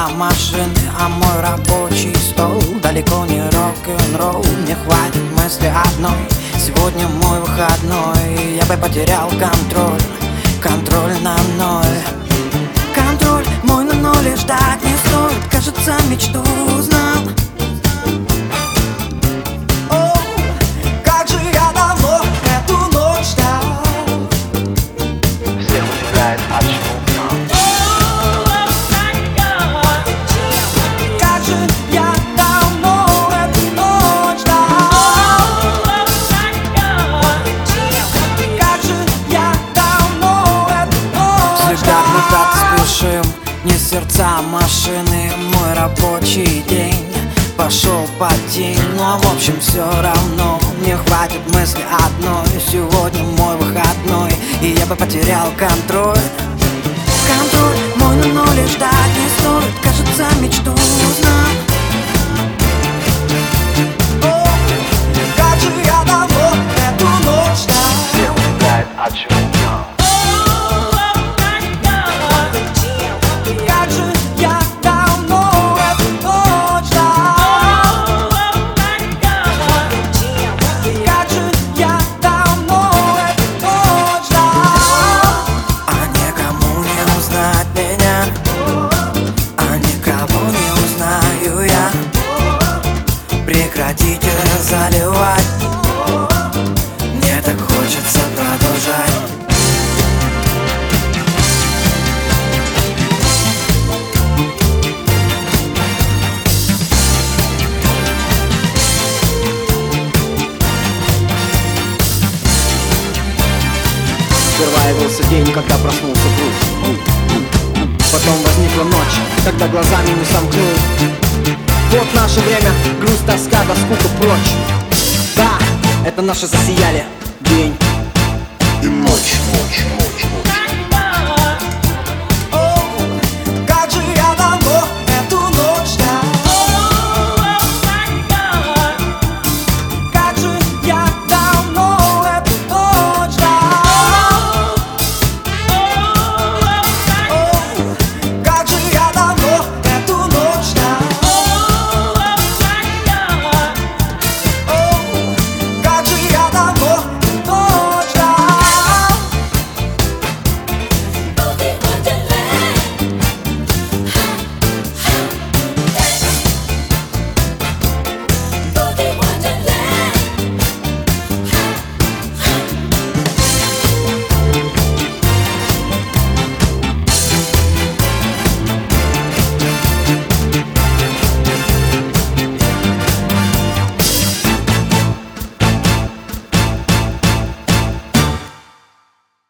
сердца машины, а мой рабочий стол далеко не рок-н-ролл. Мне хватит мысли одной, сегодня мой выходной. Я бы потерял контроль, контроль на ноль. Контроль мой на ноль, и ждать не стоит. Кажется, мечту узнал. О, как же я давно эту ночь ждал. Всех удивляет, от чего узнал. Как же я давно эту ночь ждал. Как же я давно эту ночь ждал. Назад спешим, не сердца машины. Мой рабочий день пошел под тень, но в общем все равно мне хватит мысли одной. Сегодня мой выходной, и я бы потерял контроль. Контроль мой на ноль, и ждать не стоит. Кажется, мечту узнал. О, как же я давно эту ночь ждал. Всех удивляет, от чего узнал. Как же я давно эту ночь ждал. Как же я давно эту ночь ждал. А никому не узнать меня, а никого не узнаю я. Прекратите заливать, мне так хочется продолжать. Сперва явился день, когда проснулся груз. Потом возникла ночь, когда глазами не сомкнул. Вот наше время, грусть, тоска, да скука прочь. Да, это наши засияли день И ночь, ночь, ночь.